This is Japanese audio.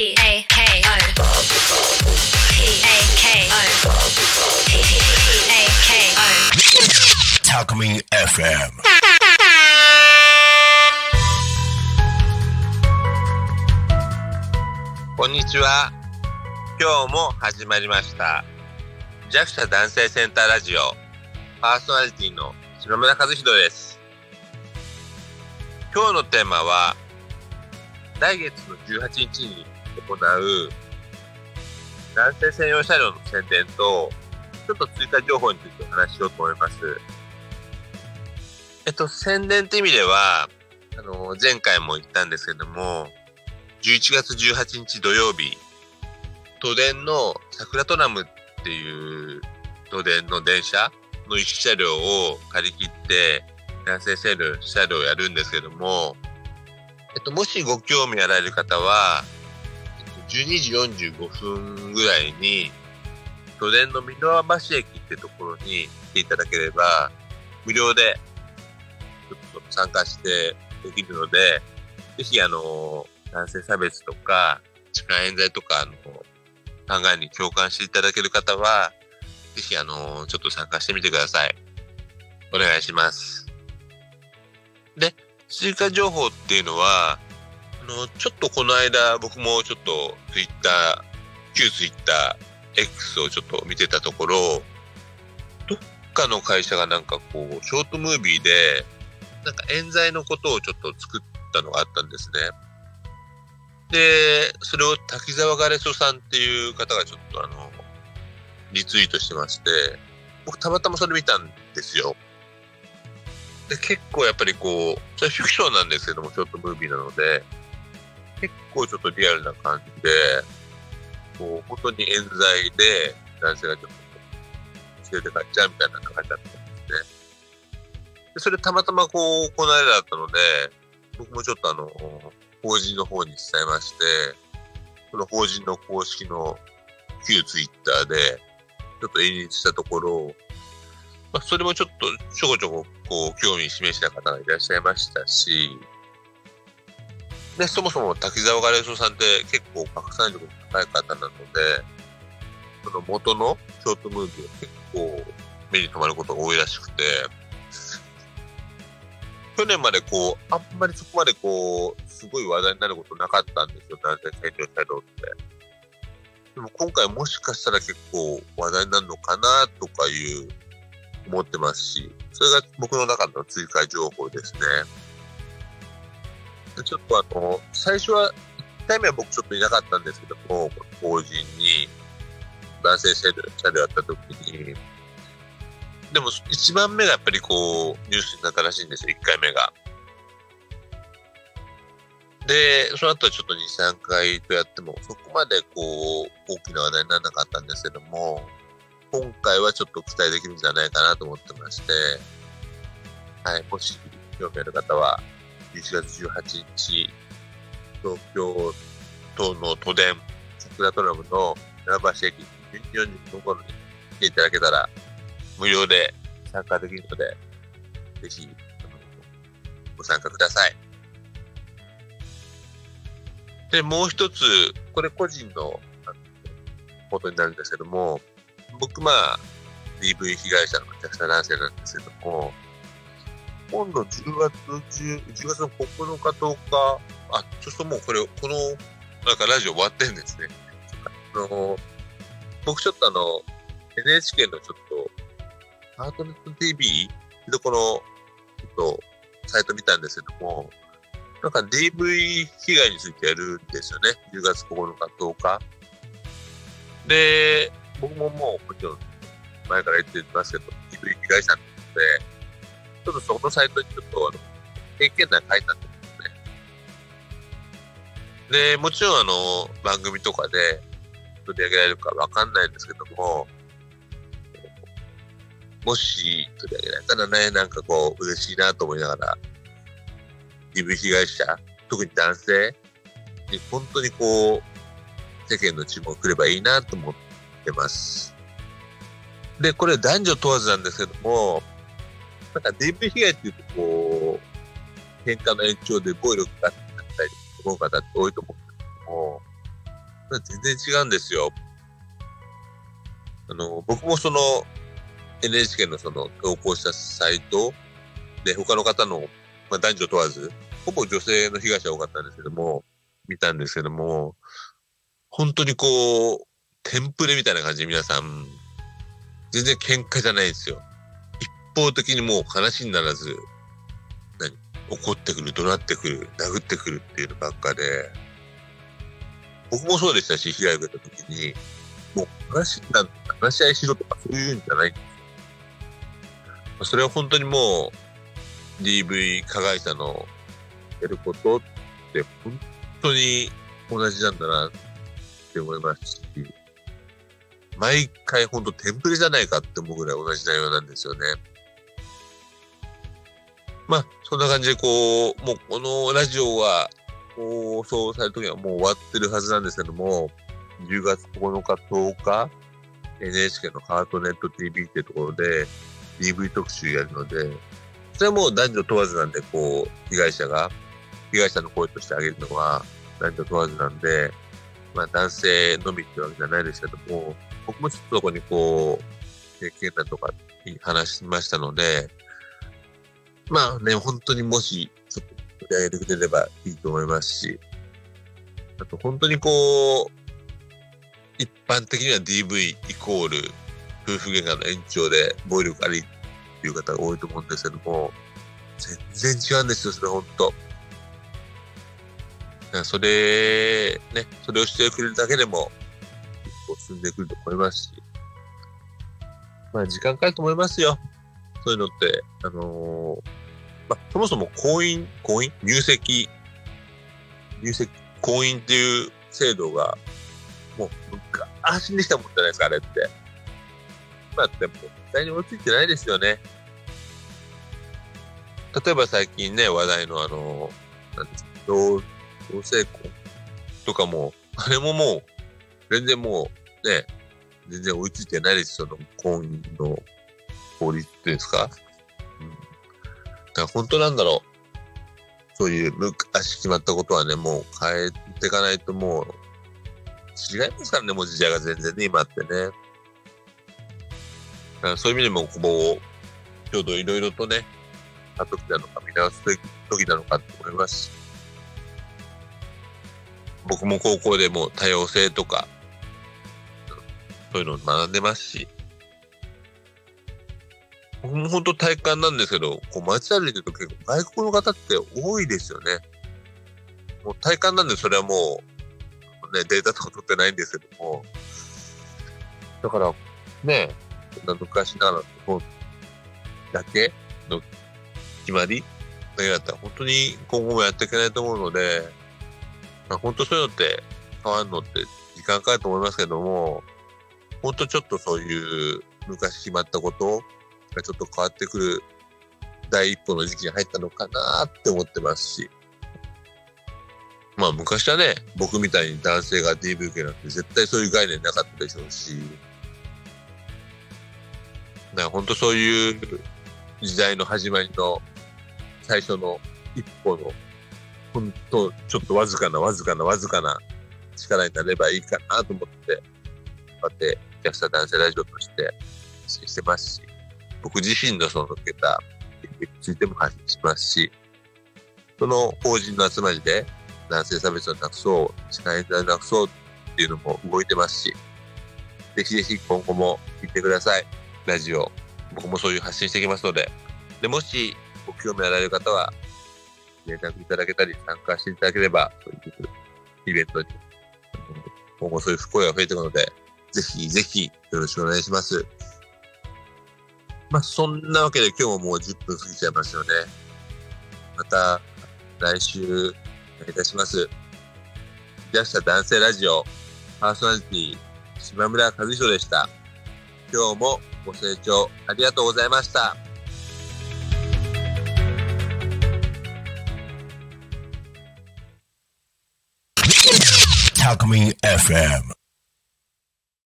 タコミン FM。 こんにちは。今日も始まりました弱者男性センターラジオパーソナリティの島村和弘です。今日のテーマは来月の18日に行う男性専用車両の宣伝とちょっと追加情報についてお話ししようと思います。宣伝って意味では前回も言ったんですけども、11月18日土曜日、都電の桜トラムっていう都電の電車の1車両を借り切って男性車両をやるんですけども、もしご興味あられる方は12時45分ぐらいに都電の箕輪橋駅ってところに来ていただければ無料でちょっと参加してできるので、ぜひ男性差別とか痴漢冤罪とか考えに共感していただける方はぜひちょっと参加してみてください。お願いします。で、追加情報っていうのはちょっとこの間僕もちょっと旧ツイッター X をちょっと見てたところ、どっかの会社がなんかこうショートムービーでなんか冤罪のことをちょっと作ったのがあったんですね。で、それを滝沢ガレソさんっていう方がちょっとリツイートしてまして、僕たまたまそれ見たんですよ。で、結構やっぱりこう、それフィクションなんですけども、ショートムービーなので、結構ちょっとリアルな感じで、こう、本当に冤罪で男性がちょっと、連れて帰っちゃうみたいな感じだったんですね。で、それたまたまこの間だったので、僕もちょっと法人の方に伝えまして、その法人の公式の旧ツイッターで、ちょっと演説したところ、それもちょっとちょこちょここう興味示した方がいらっしゃいましたし、で、そもそも滝沢ガレソさんって結構拡散力の高い方なので、その元のショートムービーが結構目に留まることが多いらしくて、去年までこう、あんまりそこまでこう、すごい話題になることなかったんですよ、男性専用車両って。でも今回もしかしたら結構話題になるのかなとか思ってますし、それが僕の中の追加情報ですね。でちょっと最初は、1回目は僕ちょっといなかったんですけども、法人に男性車両やった時に、でも1番目がやっぱりこうニュースになったらしいんですよ、1回目が。で、その後はちょっと2、3回とやっても、そこまでこう大きな話題にならなかったんですけども、今回はちょっと期待できるんじゃないかなと思ってまして、はい、もし興味ある方は、11月18日、東京都の都電桜トラムの船橋駅12時45分頃に来ていただけたら、無料で参加できるので、ぜひご参加ください。で、もう一つ、これ個人のことになるんですけども、僕DV 被害者の弱者男性なんですけども、今度10月の9日10日、ちょっともうこのなんかラジオ終わってるんですね。僕ちょっとNHK のちょっとハートネット TV でこのちょっとサイト見たんですけども、なんか DV 被害についてやるんですよね。10月9日10日。で、僕ももちろん前から言ってますけど、DV 被害者なので、ちょっとそのサイトにちょっと経験談書いたんですね。で、もちろん番組とかで取り上げられるかわかんないんですけども、もし取り上げられたらね、なんかこう嬉しいなと思いながら、DV 被害者、特に男性に本当にこう世間の注目が来ればいいなと思ってます。で、これ男女問わずなんですけども、なんか DV 被害っていうとこう喧嘩の延長で暴力があったり思う方って多いと思うんですけども、 全然違うんですよ。僕もその NHK のその投稿したサイトで他の方の、男女問わず、ほぼ女性の被害者が多かったんですけども、見たんですけども、本当にこう、テンプレみたいな感じで皆さん、全然喧嘩じゃないんですよ。一方的にもう話にならず、怒ってくる、怒鳴ってくる、殴ってくるっていうのばっかで、僕もそうでしたし、被害を受けた時に、もう話し合いしろとかそういうんじゃないんですよ。それは本当にもう DV 加害者のやることって本当に同じなんだなって思いますし、毎回本当テンプレじゃないかって思うぐらい同じ内容なんですよね。そんな感じでもうこのラジオは放送される時はもう終わってるはずなんですけども、10月9日、10日、NHK のハートネット TV ってところで DV 特集やるので、それはもう男女問わずなんで、被害者の声としてあげるのは男女問わずなんで、男性のみってわけじゃないですけども、僕もちょっとそこに経験談とか話しましたので、本当にもしちょっと取り上げてくれればいいと思いますし、あと本当に一般的には DV イコール夫婦喧嘩の延長で暴力ありっていう方が多いと思うんですけども、全然違うんですよ、それ本当。それをしてくれるだけでも一歩進んでくると思いますし、時間かかると思いますよ。そういうのって、そもそも入籍婚姻っていう制度がもう昔にできたもんじゃないですか、あれって。でも絶対に追いついてないですよね。例えば最近ね、話題の同性婚とかも、あれももう全然全然追いついてないですよ、その婚姻の法律っていうんですか。だから本当なんだろう。そういう昔決まったことはね、もう変えていかないともう違いますからね、もう時代が全然ね、今ってね。だからそういう意味でも、ちょうどいろいろとね、時なのか見直す時なのかと思いますし、僕も高校でも多様性とか、そういうのを学んでますし、僕も本当体感なんですけど、街歩いてると結構外国の方って多いですよね。もう体感なんで、それはもう、データとか取ってないんですけども。だから、そんな昔ながらの本だけの決まりだけだったら、本当に今後もやっていけないと思うので、本当そういうのって変わるのって時間かかると思いますけども、本当ちょっとそういう昔決まったことがちょっと変わってくる第一歩の時期に入ったのかなって思ってますし、昔はね、僕みたいに男性が DV 受けなんて絶対そういう概念なかったでしょうし、本当そういう時代の始まりの最初の一歩の本当ちょっとわずかな力になればいいかなと思って、こうやって安田男性ラジオとして発信してますし、僕自身のその受けたについても発信しますし、その法人の集まりで男性差別をなくそう、社会をなくそうっていうのも動いてますし、ぜひぜひ今後も聞いてください。ラジオ、僕もそういう発信していきますので、もしご興味あられる方は連絡いただけたり参加していただければ、そういうイベントに今後そういう声が増えていくので、ぜひぜひよろしくお願いします。そんなわけで今日ももう10分過ぎちゃいましたので、また来週お願いいたします。安田男性ラジオパーソナリティ島村和弘でした。今日もご清聴ありがとうございました。 Talk Me FM